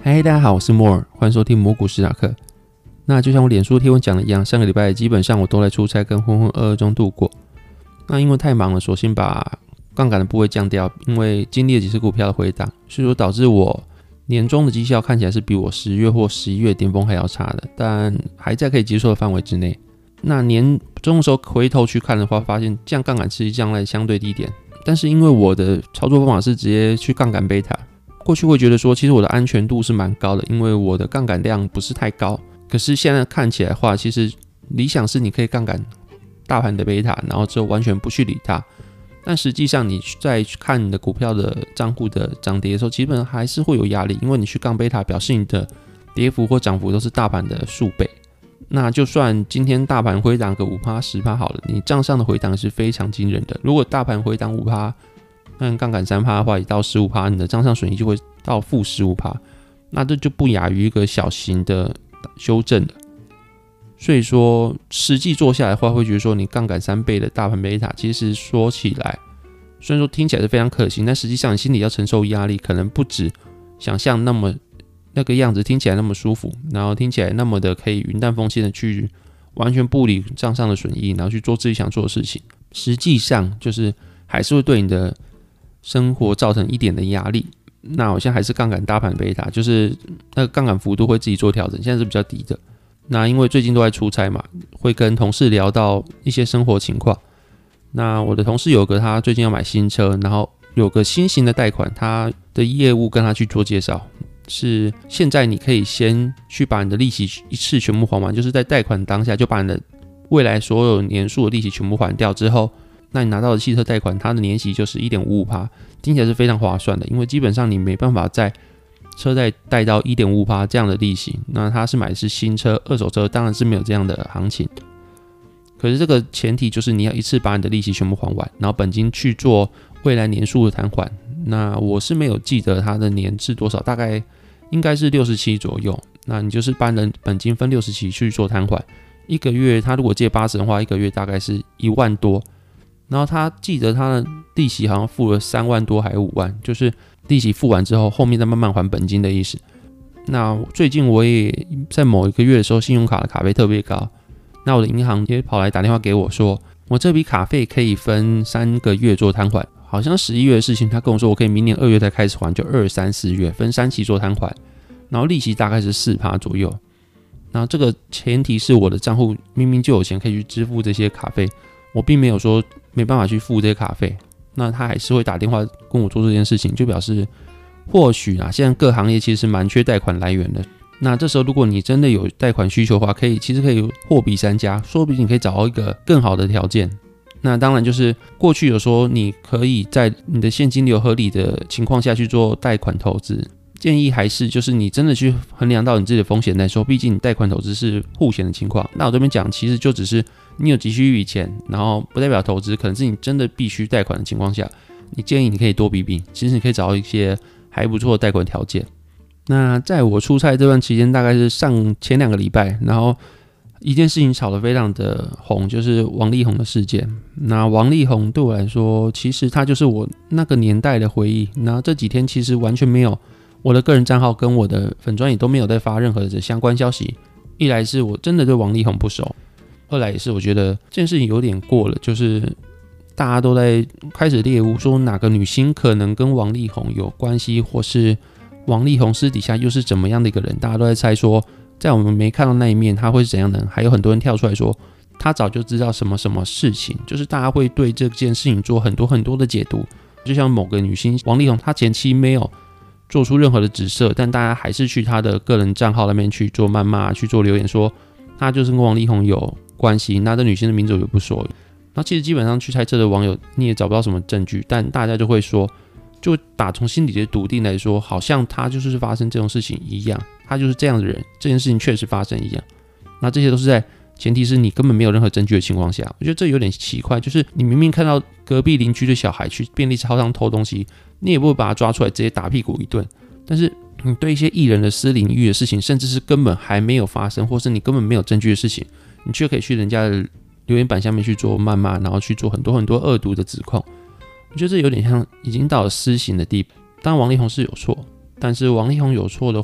嗨，大家好，我是莫尔，欢迎收听魔股史塔克。那就像我脸书贴文讲的一样，上个礼拜基本上我都在出差跟浑浑噩噩中度过。那因为太忙了，索性把杠杆的部位降掉，因为经历了几次股票的回档，所以说导致我年终的绩效看起来是比我10月或11月巅峰还要差的，但还在可以接受的范围之内。那年终的时候回头去看的话，发现降杠杆是降在相对低点，但是因为我的操作方法是直接去杠杆贝塔，过去会觉得说其实我的安全度是蛮高的，因为我的杠杆量不是太高。可是现在看起来的话，其实理想是你可以杠杆大盘的贝塔，然后之后完全不去理它。但实际上你在看你的股票的账户的涨跌的时候，基本上还是会有压力，因为你去杠贝塔表示你的跌幅或涨幅都是大盘的数倍。那就算今天大盘回档个 5%、10% 好了，你账上的回档是非常惊人的。如果大盘回档 5%， 那杠杆 3% 的话，也到 15%， 你的账上损益就会到负 15%， 那这就不亚于一个小型的修正了。所以说实际做下来的话，会觉得说你杠杆3倍的大盘贝塔，其实说起来虽然说听起来是非常可行，但实际上你心里要承受压力可能不止想象那个样子，听起来那么舒服，然后听起来那么的可以云淡风轻的去完全不理账上的损益，然后去做自己想做的事情。实际上就是还是会对你的生活造成一点的压力。那我现在还是杠杆大盘贝塔，就是那个杠杆幅度会自己做调整，现在是比较低的。那因为最近都在出差嘛，会跟同事聊到一些生活情况。那我的同事有个他最近要买新车，然后有个新型的贷款，他的业务跟他去做介绍，是现在你可以先去把你的利息一次全部还完，就是在贷款当下就把你的未来所有年数的利息全部还掉之后，那你拿到的汽车贷款，它的年息就是 1.55%， 听起来是非常划算的，因为基本上你没办法在车贷贷到 1.5% 这样的利息。那他是买的是新车，二手车当然是没有这样的行情。可是这个前提就是你要一次把你的利息全部还完，然后本金去做未来年数的摊还。那我是没有记得它的年是多少，大概应该是67左右。那你就是把你的本金分60期去做摊还，一个月他如果借80的话，一个月大概是1万多。然后他记得他的利息好像付了3万多还5万，就是利息付完之后，后面再慢慢还本金的意思。那最近我也在某一个月的时候，信用卡的卡费特别高，那我的银行也跑来打电话给我说，我这笔卡费可以分3个月做摊还，好像11月的事情，他跟我说我可以明年2月才开始还，就2、3、4月分3期做摊还，然后利息大概是 4% 左右。那这个前提是我的账户明明就有钱可以去支付这些卡费，我并没有说没办法去付这些卡费。那他还是会打电话跟我做这件事情，就表示或许现在各行业其实是蛮缺贷款来源的。那这时候如果你真的有贷款需求的话，其实可以货比三家，说不定你可以找到一个更好的条件。那当然就是过去有说你可以在你的现金流合理的情况下去做贷款投资，建议还是就是你真的去衡量到你自己的风险再说，毕竟你贷款投资是互险的情况。那我这边讲其实就只是你有急需一笔钱，然后不代表投资，可能是你真的必须贷款的情况下，你建议你可以多比比，其实你可以找到一些还不错的贷款条件。那在我出差这段期间，大概是前2个礼拜，然后一件事情炒得非常的红，就是王力宏的事件。那王力宏对我来说，其实他就是我那个年代的回忆。那这几天其实完全没有我的个人账号跟我的粉专也都没有在发任何的相关消息。一来是我真的对王力宏不熟，二来也是我觉得这件事情有点过了，就是大家都在开始猎巫，说哪个女星可能跟王力宏有关系，或是王力宏私底下又是怎么样的一个人，大家都在猜说在我们没看到那一面他会是怎样的人，还有很多人跳出来说他早就知道什么什么事情，就是大家会对这件事情做很多很多的解读。就像某个女星王力宏，她前期没有做出任何的指涉，但大家还是去她的个人账号那边去做谩骂，去做留言说她就是跟王力宏有关系，那这女星的名字我就不说。那其实基本上去猜测的网友你也找不到什么证据，但大家就会说，就打从心底的笃定来说，好像他就是发生这种事情一样，他就是这样的人，这件事情确实发生一样。那这些都是在前提是你根本没有任何证据的情况下。我觉得这有点奇怪，就是你明明看到隔壁邻居的小孩去便利超商偷东西，你也不会把他抓出来直接打屁股一顿，但是你对一些艺人的私领域的事情，甚至是根本还没有发生，或是你根本没有证据的事情，你却可以去人家的留言板下面去做谩骂，然后去做很多很多恶毒的指控。我觉得这有点像已经到了私刑的地步。当然王力宏是有错，但是王力宏有错的话，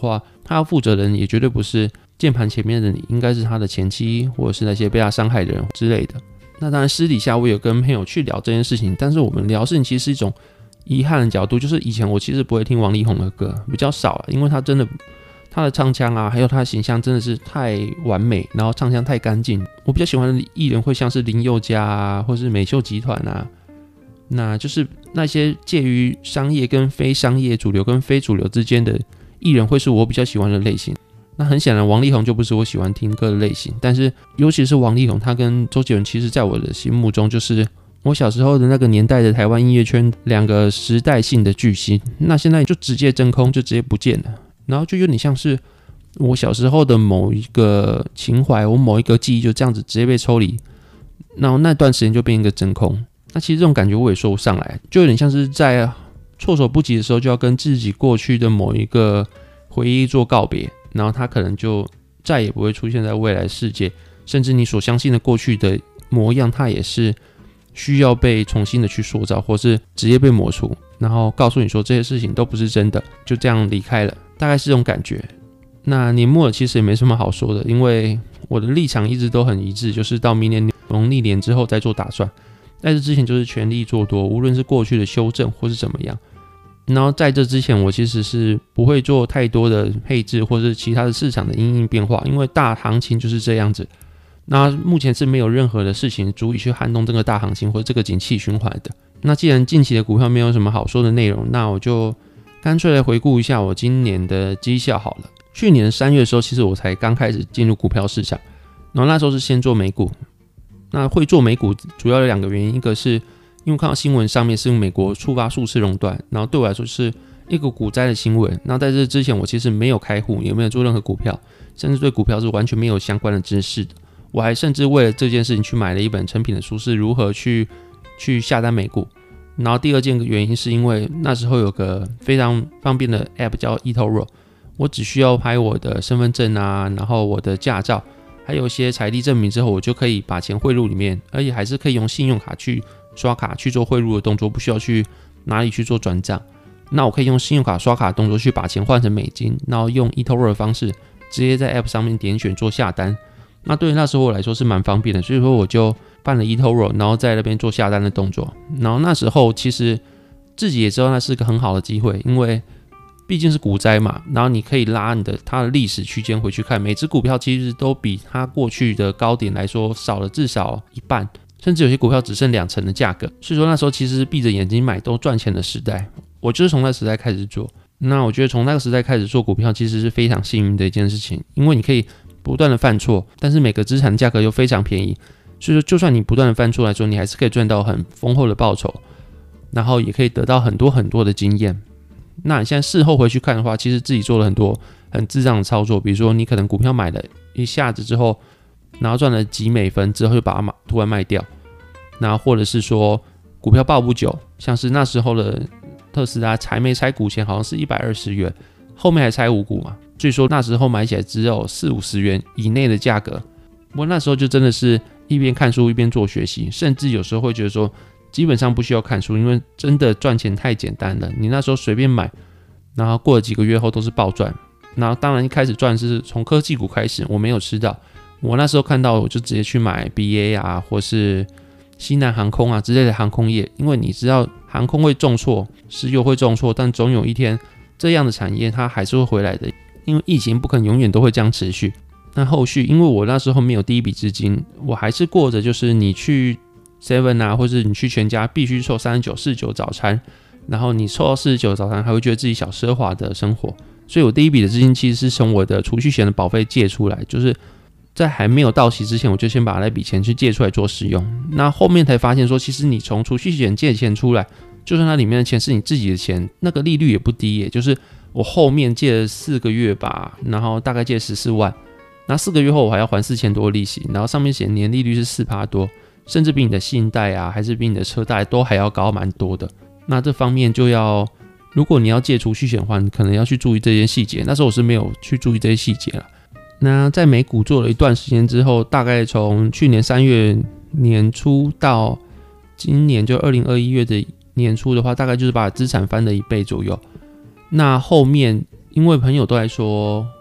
他要负责的人也绝对不是键盘前面的你，应该是他的前妻或者是那些被他伤害的人之类的。那当然私底下我有跟朋友去聊这件事情，但是我们聊事情其实是一种遗憾的角度，就是以前我其实不会听王力宏的歌，比较少了，因为他真的他的唱腔啊，还有他的形象真的是太完美，然后唱腔太干净。我比较喜欢的艺人会像是林宥嘉啊，或是美秀集团啊，那就是那些介于商业跟非商业、主流跟非主流之间的艺人，会是我比较喜欢的类型。那很显然，王力宏就不是我喜欢听歌的类型。但是，尤其是王力宏，他跟周杰伦，其实在我的心目中，就是我小时候的那个年代的台湾音乐圈两个时代性的巨星。那现在就直接真空，就直接不见了。然后就有点像是我小时候的某一个情怀，我某一个记忆就这样子直接被抽离，然后那段时间就变一个真空。那其实这种感觉我也说不上来，就有点像是在措手不及的时候就要跟自己过去的某一个回忆做告别，然后他可能就再也不会出现在未来世界，甚至你所相信的过去的模样，它也是需要被重新的去塑造，或是直接被抹除，然后告诉你说这些事情都不是真的，就这样离开了，大概是这种感觉。那年末其实也没什么好说的，因为我的立场一直都很一致，就是到明年农历年之后再做打算。在这之前就是全力做多，无论是过去的修正或是怎么样。然后在这之前，我其实是不会做太多的配置或是其他的市场的因应变化，因为大行情就是这样子。那目前是没有任何的事情足以去撼动这个大行情或者这个景气循环的。那既然近期的股票没有什么好说的内容，那我就干脆来回顾一下我今年的绩效好了。去年3月的时候，其实我才刚开始进入股票市场，然后那时候是先做美股。那会做美股主要有2个原因，一个是因为看到新闻上面是美国触发数次熔断，然后对我来说是一个股灾的新闻。那在这之前我其实没有开户，也没有做任何股票，甚至对股票是完全没有相关的知识的。我还甚至为了这件事情去买了一本成品的书，是如何去下单美股。然后第二件原因是因为那时候有个非常方便的 App 叫 eToro， 我只需要拍我的身份证啊，然后我的驾照，还有一些财力证明之后，我就可以把钱汇入里面，而且还是可以用信用卡去刷卡去做汇入的动作，不需要去哪里去做转账。那我可以用信用卡刷卡的动作去把钱换成美金，然后用 eToro 的方式直接在 App 上面点选做下单。那对于那时候我来说是蛮方便的，所以说我就办了 eToro， 然后在那边做下单的动作。然后那时候其实自己也知道那是个很好的机会，因为毕竟是股灾嘛，然后你可以拉它的历史区间回去看，每只股票其实都比它过去的高点来说少了至少一半，甚至有些股票只剩2成的价格。所以说那时候其实是闭着眼睛买都赚钱的时代，我就是从那个时代开始做。那我觉得从那个时代开始做股票其实是非常幸运的一件事情，因为你可以不断的犯错，但是每个资产价格又非常便宜，所以说就算你不断的犯错来说，你还是可以赚到很丰厚的报酬，然后也可以得到很多很多的经验。那你现在事后回去看的话，其实自己做了很多很智障的操作，比如说你可能股票买了一下子之后，然后赚了几美分之后就把它突然卖掉，那或者是说股票抱不久，像是那时候的特斯拉才没拆股前好像是120元，后面还拆5股嘛，所以说那时候买起来只有40-50元以内的价格。不过那时候就真的是一边看书一边做学习，甚至有时候会觉得说基本上不需要看书，因为真的赚钱太简单了。你那时候随便买，然后过了几个月后都是暴赚。然后当然一开始赚是从科技股开始，我没有吃到。我那时候看到我就直接去买 BA 啊，或是西南航空啊之类的航空业，因为你知道航空会重挫，石油会重挫，但总有一天这样的产业它还是会回来的，因为疫情不可能永远都会这样持续。那后续因为我那时候没有第一笔资金，我还是过着就是你去 7 啊，或是你去全家必须凑3949早餐，然后你凑到49早餐还会觉得自己小奢华的生活。所以我第一笔的资金其实是从我的储蓄险的保费借出来，就是在还没有到期之前，我就先把那笔钱去借出来做使用。那后面才发现说，其实你从储蓄险借钱出来，就算它里面的钱是你自己的钱，那个利率也不低耶。就是我后面借了4个月吧，然后大概借14万，那4个月后我还要还4000多利息，然后上面写年利率是4%多，甚至比你的信贷啊，还是比你的车贷都还要高蛮多的。那这方面就要，如果你要借储蓄险的话，你可能要去注意这些细节。那时候我是没有去注意这些细节啦。那在美股做了一段时间之后，大概从去年3月年初到今年就2021月的年初的话，大概就是把资产翻了1倍左右。那后面因为朋友都来说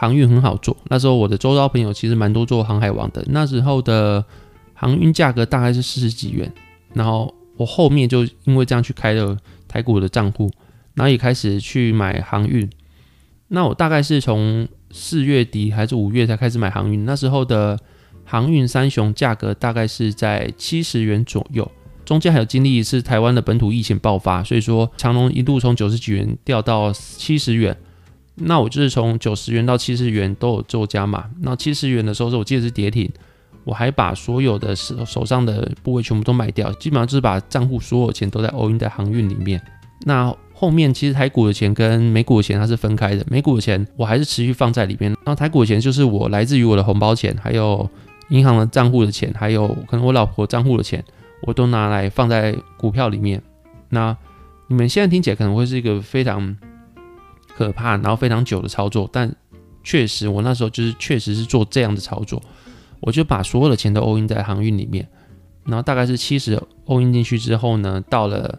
航运很好做，那时候我的周遭朋友其实蛮多做航海王的，那时候的航运价格大概是40几元，然后我后面就因为这样去开了台股的账户，然后也开始去买航运。那我大概是从4月底还是5月才开始买航运，那时候的航运三雄价格大概是在70元左右，中间还有经历一次台湾的本土疫情爆发，所以说长荣一度从90几元掉到70元，那我就是从90元到70元都有做加码。那70元的时候我记得是跌停，我还把所有的手上的部位全部都卖掉，基本上就是把账户所有钱都在 all in 在航运里面。那后面其实台股的钱跟美股的钱它是分开的，美股的钱我还是持续放在里面，那台股的钱就是我来自于我的红包钱，还有银行的账户的钱，还有可能我老婆账户的钱，我都拿来放在股票里面。那你们现在听起来可能会是一个非常可怕然后非常久的操作，但确实我那时候就是确实是做这样的操作，我就把所有的钱都 all in 在航运里面，然后大概是70 all in 进去之后呢，到了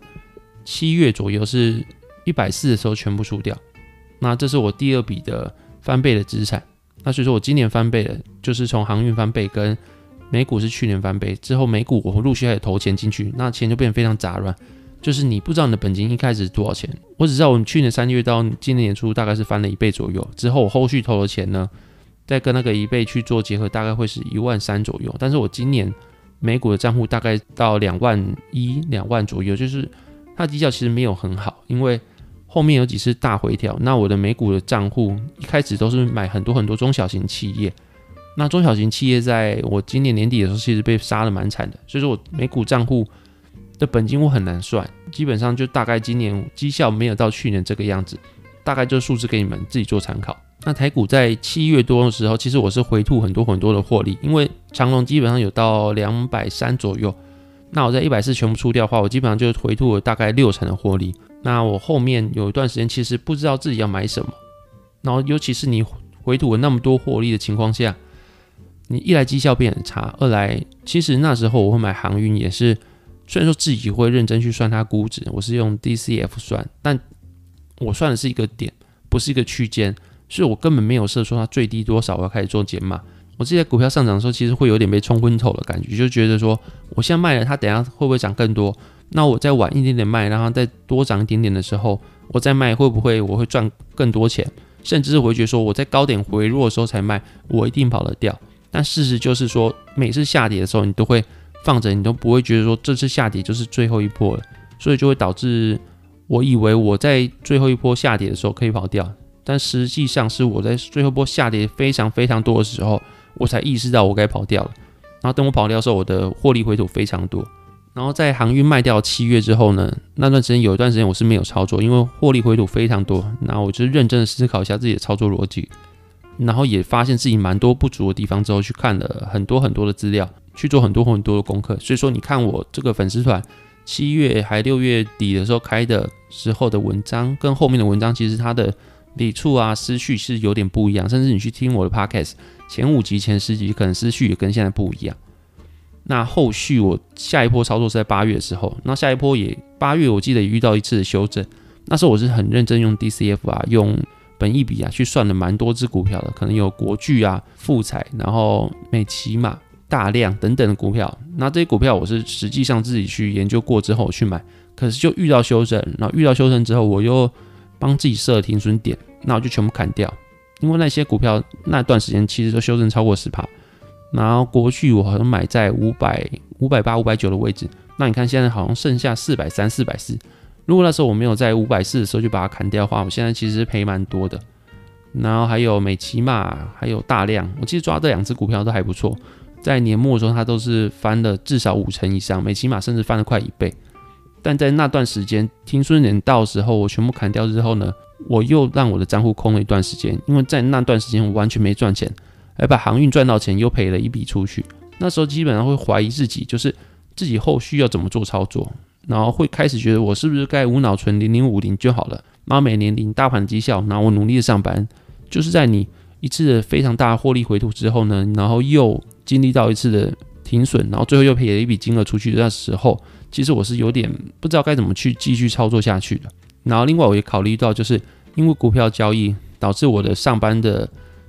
7月左右是140的时候全部出掉，那这是我第二笔的翻倍的资产。那所以说我今年翻倍了，就是从航运翻倍跟美股是去年翻倍之后，美股我陆续还有投钱进去，那钱就变得非常杂乱，就是你不知道你的本金一开始多少钱。我只知道我们去年3月到今年年初大概是翻了1倍左右，之后我后续投的钱呢，再跟那个1倍去做结合，大概会是13000左右。但是我今年美股的账户大概到21000、2万左右，就是它的绩效其实没有很好，因为后面有几次大回调。那我的美股的账户一开始都是买很多很多中小型企业，那中小型企业在我今年年底的时候其实被杀得蛮惨的，所以说我美股账户的本金我很难算，基本上就大概今年绩效没有到去年这个样子，大概就是数字给你们自己做参考。那台股在7月多的时候，其实我是回吐很多很多的获利，因为长荣基本上有到230左右，那我在140全部出掉的话，我基本上就回吐了大概60%的获利。那我后面有一段时间其实不知道自己要买什么，然后尤其是你回吐了那么多获利的情况下，你一来绩效变很差，二来其实那时候我会买航运也是，虽然说自己会认真去算它估值，我是用 DCF 算，但我算的是一个点，不是一个区间，所以我根本没有设说它最低多少我要开始做减码。我自己在股票上涨的时候，其实会有点被冲昏头的感觉，就觉得说我现在卖了它，等一下会不会涨更多？那我再晚一点点卖，让它再多涨一点点的时候，我再卖会不会我会赚更多钱？甚至是我会觉得说我在高点回落的时候才卖，我一定跑得掉。但事实就是说，每次下跌的时候，你都会放着，你都不会觉得说这次下跌就是最后一波了，所以就会导致我以为我在最后一波下跌的时候可以跑掉，但实际上是我在最后一波下跌非常非常多的时候，我才意识到我该跑掉了。然后等我跑掉的时候，我的获利回吐非常多。然后在航运卖掉7月之后呢，那段时间有一段时间我是没有操作，因为获利回吐非常多。然后我就认真的思考一下自己的操作逻辑，然后也发现自己蛮多不足的地方之后，去看了很多很多的资料，去做很多很多的功课。所以说你看我这个粉丝团7月还6月底的时候开的时候的文章，跟后面的文章其实它的笔触啊思绪是有点不一样，甚至你去听我的 podcast 前5集前10集可能思绪也跟现在不一样。那后续我下一波操作是在8月的时候，那下一波也8月我记得也遇到一次的修正，那时候我是很认真用 DCF 啊，用本益比啊去算了蛮多只股票的，可能有国巨啊、富彩，然后美骑马、大量等等的股票。那这些股票我是实际上自己去研究过之后去买，可是就遇到修正，然后遇到修正之后，我又帮自己设了停损点，那我就全部砍掉，因为那些股票那段时间其实都修正超过 10%。然后国巨我好像买在500、580、590的位置，那你看现在好像剩下430、440。如果那时候我没有在540的时候就把它砍掉的话，我现在其实赔蛮多的。然后还有美骑马，还有大量，我其实抓这2只股票都还不错，在年末的时候它都是翻了至少50%以上，美骑马甚至翻了快1倍。但在那段时间停损点到的时候，我全部砍掉之后呢，我又让我的账户空了一段时间，因为在那段时间我完全没赚钱。而把航运赚到钱又赔了一笔出去，那时候基本上会怀疑自己，就是自己后续要怎么做操作，然后会开始觉得我是不是该无脑存0050就好了，然后每年领大盘绩效，然后我努力的上班。就是在你一次的非常大的获利回吐之后呢，然后又经历到一次的停损，然后最后又赔了一笔金额出去的时候，其实我是有点不知道该怎么去继续操作下去的。然后另外我也考虑到，就是因为股票交易导致我的上班的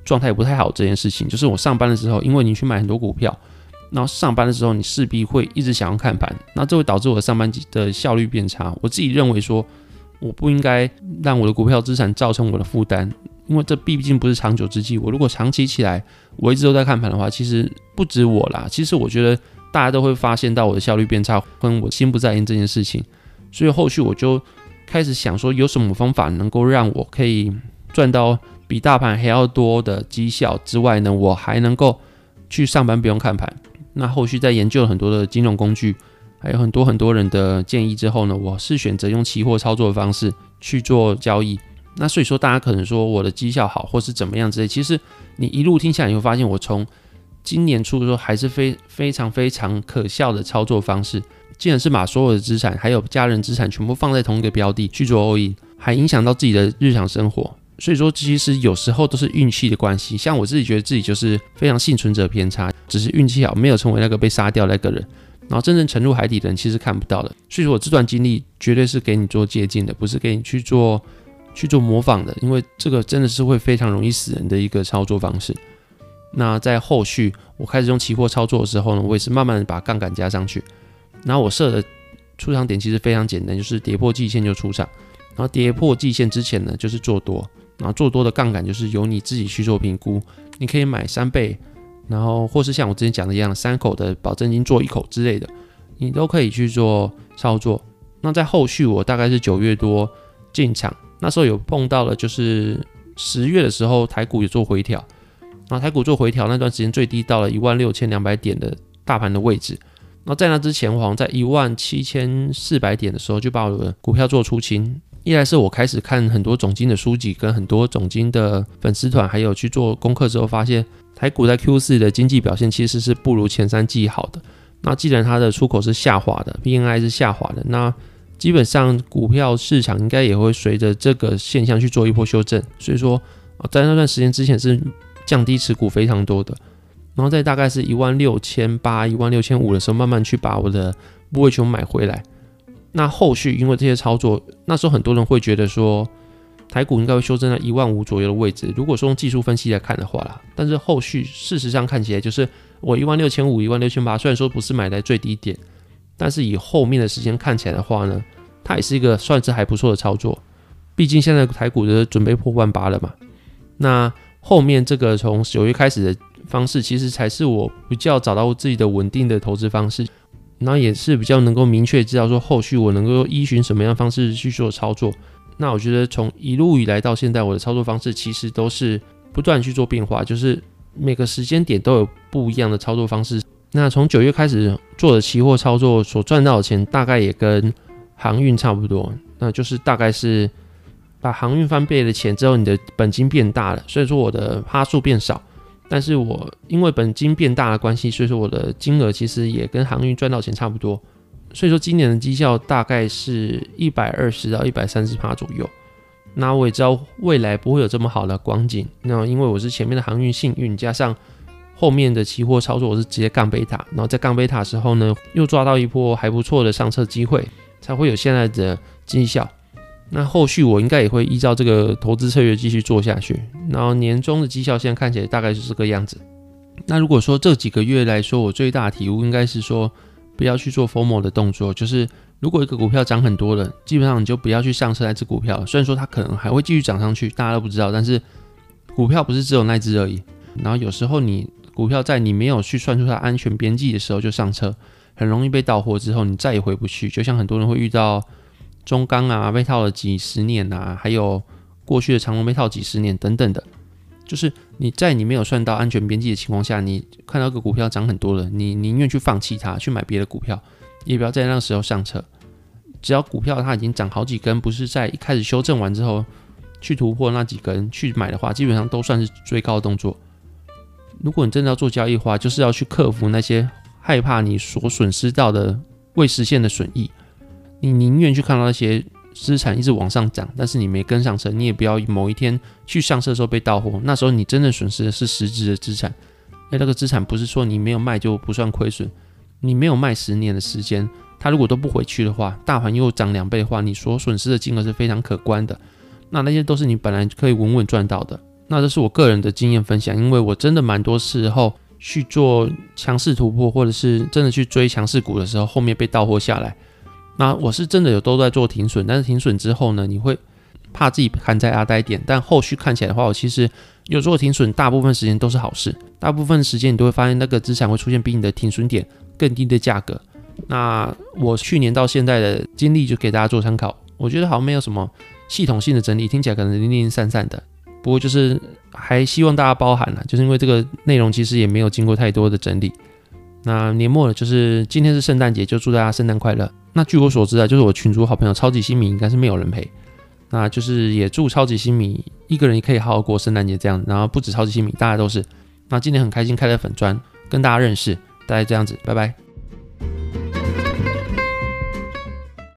状态不太好这件事情。就是我上班的时候，因为你去买很多股票，然后上班的时候你势必会一直想要看盘，那这会导致我的上班的效率变差。我自己认为说，我不应该让我的股票资产造成我的负担，因为这毕竟不是长久之计。我如果长期起来我一直都在看盘的话，其实不止我啦，其实我觉得大家都会发现到我的效率变差，跟我心不在焉这件事情。所以后续我就开始想说，有什么方法能够让我可以赚到比大盘还要多的绩效之外呢，我还能够去上班不用看盘。那后续在研究了很多的金融工具，还有很多人的建议之后呢，我是选择用期货操作的方式去做交易。那所以说大家可能说我的绩效好或是怎么样之类，其实你一路听下来，你会发现我从今年初的时候还是非常可笑的操作方式，竟然是把所有的资产还有家人资产全部放在同一个标的去做 all in， 还影响到自己的日常生活。所以说其实有时候都是运气的关系，像我自己觉得自己就是非常幸存者偏差，只是运气好，没有成为那个被杀掉的那个人，然后真正沉入海底的人其实看不到的。所以说我这段经历绝对是给你做借鉴的，不是给你去做模仿的，因为这个真的是会非常容易死人的一个操作方式。那在后续我开始用期货操作的时候呢，我也是慢慢的把杠杆加上去，然后我设的出场点其实非常简单，就是跌破季线就出场，然后跌破季线之前呢就是做多，然后做多的杠杆就是由你自己去做评估，你可以买3倍，然后或是像我之前讲的一样3口的保证金做1口之类的，你都可以去做操作。那在后续我大概是9月多进场，那时候有碰到了就是10月的时候台股有做回调，然后台股做回调那段时间最低到了16200点的大盘的位置，然后在那之前我好像在17400点的时候就把我的股票做出清。一来是我开始看很多总经的书籍跟很多总经的粉丝团，还有去做功课之后发现台股在 Q4 的经济表现其实是不如前3季好的。那既然它的出口是下滑的， PMI 是下滑的，那基本上股票市场应该也会随着这个现象去做一波修正。所以说在那段时间之前是降低持股非常多的，然后在大概是16800、16500的时候慢慢去把我的部位全买回来。那后续因为这些操作，那时候很多人会觉得说台股应该会修正在15000左右的位置，如果说用技术分析来看的话啦，但是后续事实上看起来就是我16500、16800虽然说不是买在最低点，但是以后面的时间看起来的话呢，它也是一个算是还不错的操作，毕竟现在台股的准备破18000了嘛。那后面这个从9月开始的方式其实才是我比较找到自己的稳定的投资方式，然后也是比较能够明确知道说后续我能够依循什么样的方式去做操作。那我觉得从一路以来到现在，我的操作方式其实都是不断去做变化，就是每个时间点都有不一样的操作方式。那从9月开始做的期货操作所赚到的钱大概也跟航运差不多，那就是大概是把航运翻倍的钱之后，你的本金变大了，所以说我的趴数变少，但是我因为本金变大的关系，所以说我的金额其实也跟航运赚到钱差不多。所以说今年的绩效大概是120%到130%左右。那我也知道未来不会有这么好的光景，那因为我是前面的航运幸运，加上后面的期货操作我是直接杠贝塔，然后在杠贝塔的时候呢，又抓到一波还不错的上车机会，才会有现在的绩效。那后续我应该也会依照这个投资策略继续做下去，然后年终的绩效现在看起来大概就是这个样子。那如果说这几个月来说，我最大的体悟应该是说不要去做 FOMO 的动作，就是如果一个股票涨很多了，基本上你就不要去上车那只股票，虽然说它可能还会继续涨上去，大家都不知道，但是股票不是只有那只而已。然后有时候你股票在你没有去算出它安全边际的时候就上车，很容易被到货之后你再也回不去。就像很多人会遇到中钢啊被套了几十年啊，还有过去的长荣被套几十年等等的，就是你在你没有算到安全边际的情况下，你看到一个股票涨很多了，你宁愿去放弃它，去买别的股票，也不要在那个时候上车。只要股票它已经涨好几根，不是在一开始修正完之后去突破那几根去买的话，基本上都算是追高的动作。如果你真的要做交易的话，就是要去克服那些害怕你所损失到的未实现的损益，你宁愿去看到那些资产一直往上涨，但是你没跟上车，你也不要某一天去上车的时候被到货，那时候你真的损失的是实质的资产。那个资产不是说你没有卖就不算亏损，你没有卖10年的时间，它如果都不回去的话，大盘又涨2倍的话，你所损失的金额是非常可观的。那些都是你本来可以稳稳赚到的。 那这是我个人的经验分享，因为我真的蛮多时候去做强势突破，或者是真的去追强势股的时候，后面被倒货下来。那我是真的都在做停损，但是停损之后呢，你会怕自己砍在阿呆点，但后续看起来的话，我其实有做停损，大部分时间都是好事，大部分时间你都会发现那个资产会出现比你的停损点更低的价格。那我去年到现在的经历就给大家做参考，我觉得好像没有什么系统性的整理，听起来可能零零散散的，不过就是还希望大家包涵啦，就是因为这个内容其实也没有经过太多的整理。那年末了，就是今天是圣诞节，就祝大家圣诞快乐。那据我所知啊，就是我群组好朋友超级新米应该是没有人陪，那就是也祝超级新米一个人也可以好好过圣诞节这样，然后不止超级新米，大家都是。那今天很开心开了粉专，跟大家认识，大概这样子，拜拜。